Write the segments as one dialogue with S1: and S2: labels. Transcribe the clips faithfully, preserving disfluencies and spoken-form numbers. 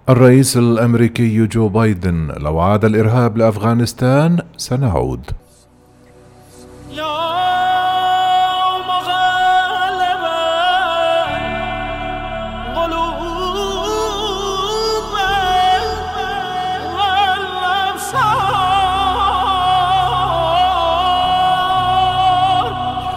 S1: الرئيس الأمريكي جو بايدن: لو عاد الإرهاب لأفغانستان سنعود.
S2: يوم غلب قلوب والأبصار.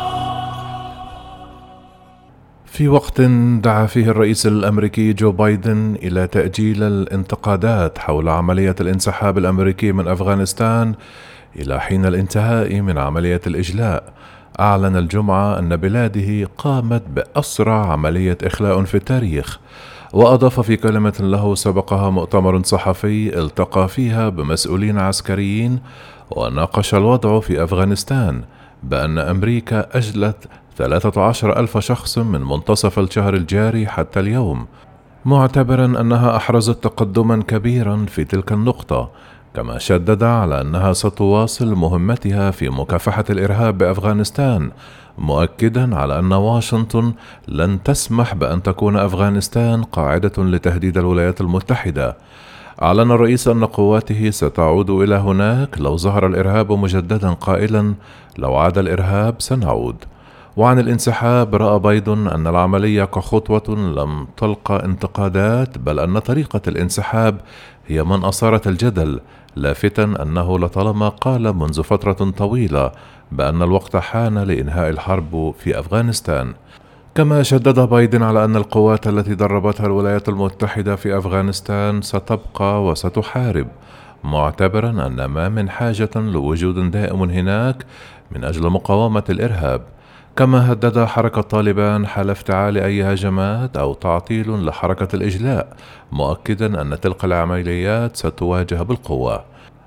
S1: في وقت دعا فيه الرئيس الأمريكي جو بايدن إلى تأجيل الانتقادات حول عملية الانسحاب الأمريكي من أفغانستان إلى حين الانتهاء من عملية الإجلاء، أعلن الجمعة أن بلاده قامت بأسرع عملية إخلاء في التاريخ. وأضاف في كلمة له سبقها مؤتمر صحفي التقى فيها بمسؤولين عسكريين وناقش الوضع في أفغانستان بأن أمريكا أجلت ثلاثة عشر ألف شخص من منتصف الشهر الجاري حتى اليوم، معتبرا أنها أحرزت تقدما كبيرا في تلك النقطة، كما شدد على أنها ستواصل مهمتها في مكافحة الإرهاب بأفغانستان، مؤكدا على أن واشنطن لن تسمح بأن تكون أفغانستان قاعدة لتهديد الولايات المتحدة. أعلن الرئيس أن قواته ستعود إلى هناك لو ظهر الإرهاب مجددا، قائلا: لو عاد الإرهاب سنعود. وعن الانسحاب رأى بايدن أن العملية كخطوة لم تلقى انتقادات، بل أن طريقة الانسحاب هي من أثارت الجدل، لافتا أنه لطالما قال منذ فترة طويلة بأن الوقت حان لإنهاء الحرب في أفغانستان. كما شدد بايدن على أن القوات التي دربتها الولايات المتحدة في أفغانستان ستبقى وستحارب، معتبرا أن ما من حاجة لوجود دائم هناك من أجل مقاومة الإرهاب. كما هدد حركة طالبان حال افتعال أي هجمات أو تعطيل لحركة الإجلاء، مؤكدا أن تلك العمليات ستواجه بالقوة.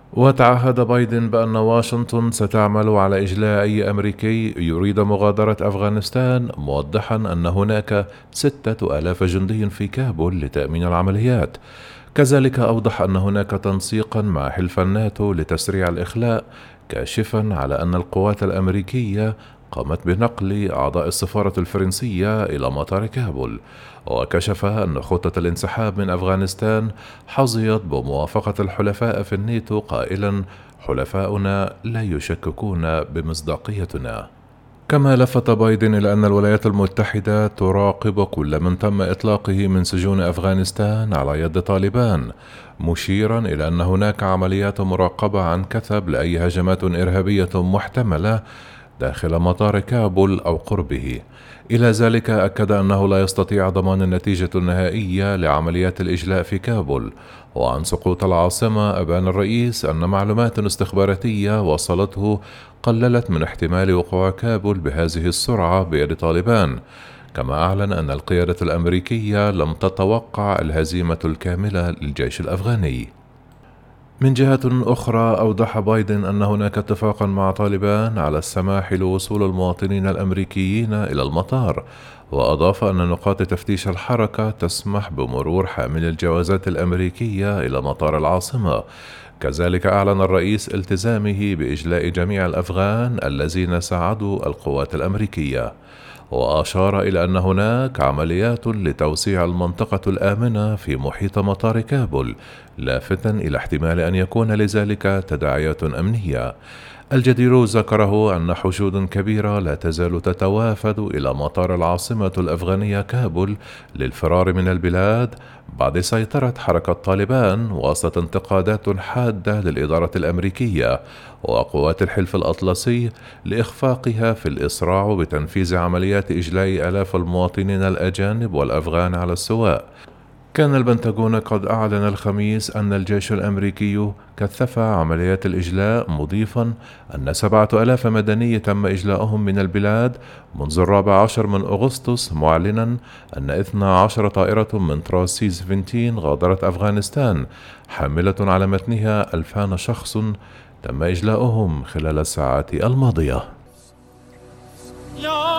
S1: وتعهد بايدن بأن واشنطن ستعمل على إجلاء أي أمريكي يريد مغادرة أفغانستان، موضحا أن هناك ستة آلاف جندي في كابول لتأمين العمليات. كذلك أوضح أن هناك تنسيقا مع حلف الناتو لتسريع الإخلاء، كاشفا على أن القوات الأمريكية قامت بنقل أعضاء السفارة الفرنسية إلى مطار كابول. وكشف أن خطة الانسحاب من أفغانستان حظيت بموافقة الحلفاء في الناتو، قائلا: حلفاؤنا لا يشككون بمصداقيتنا. كما لفت بايدن إلى أن الولايات المتحدة تراقب كل من تم إطلاقه من سجون أفغانستان على يد طالبان، مشيرا إلى أن هناك عمليات مراقبة عن كثب لأي هجمات إرهابية محتملة داخل مطار كابول أو قربه. إلى ذلك أكد أنه لا يستطيع ضمان النتيجة النهائية لعمليات الإجلاء في كابول. وعن سقوط العاصمة أبان الرئيس أن معلومات استخباراتية وصلته قللت من احتمال وقوع كابول بهذه السرعة بيد طالبان. كما أعلن أن القيادة الأمريكية لم تتوقع الهزيمة الكاملة للجيش الأفغاني. من جهة أخرى، أوضح بايدن أن هناك اتفاقا مع طالبان على السماح لوصول المواطنين الأمريكيين إلى المطار. وأضاف أن نقاط تفتيش الحركة تسمح بمرور حامل الجوازات الأمريكية إلى مطار العاصمة. كذلك أعلن الرئيس التزامه بإجلاء جميع الأفغان الذين ساعدوا القوات الأمريكية. وأشار إلى أن هناك عمليات لتوسيع المنطقة الآمنة في محيط مطار كابول، لافتا إلى احتمال أن يكون لذلك تداعيات أمنية. الجدير ذكره أن حشود كبيرة لا تزال تتوافد إلى مطار العاصمة الأفغانية كابول للفرار من البلاد بعد سيطرة حركة طالبان، وسط انتقادات حادة للإدارة الأمريكية وقوات الحلف الأطلسي لإخفاقها في الإسراع بتنفيذ عمليات إجلاء آلاف المواطنين الأجانب والأفغان على السواء. كان البنتاغون قد أعلن الخميس أن الجيش الأمريكي كثف عمليات الإجلاء، مضيفا أن سبعة آلاف مدني تم إجلاؤهم من البلاد منذ الرابع عشر من أغسطس، معلنا أن اثنتا عشرة طائرة من طراز سي سبعتاشر غادرت أفغانستان حاملة على متنها ألفان شخص تم إجلاؤهم خلال الساعات الماضية.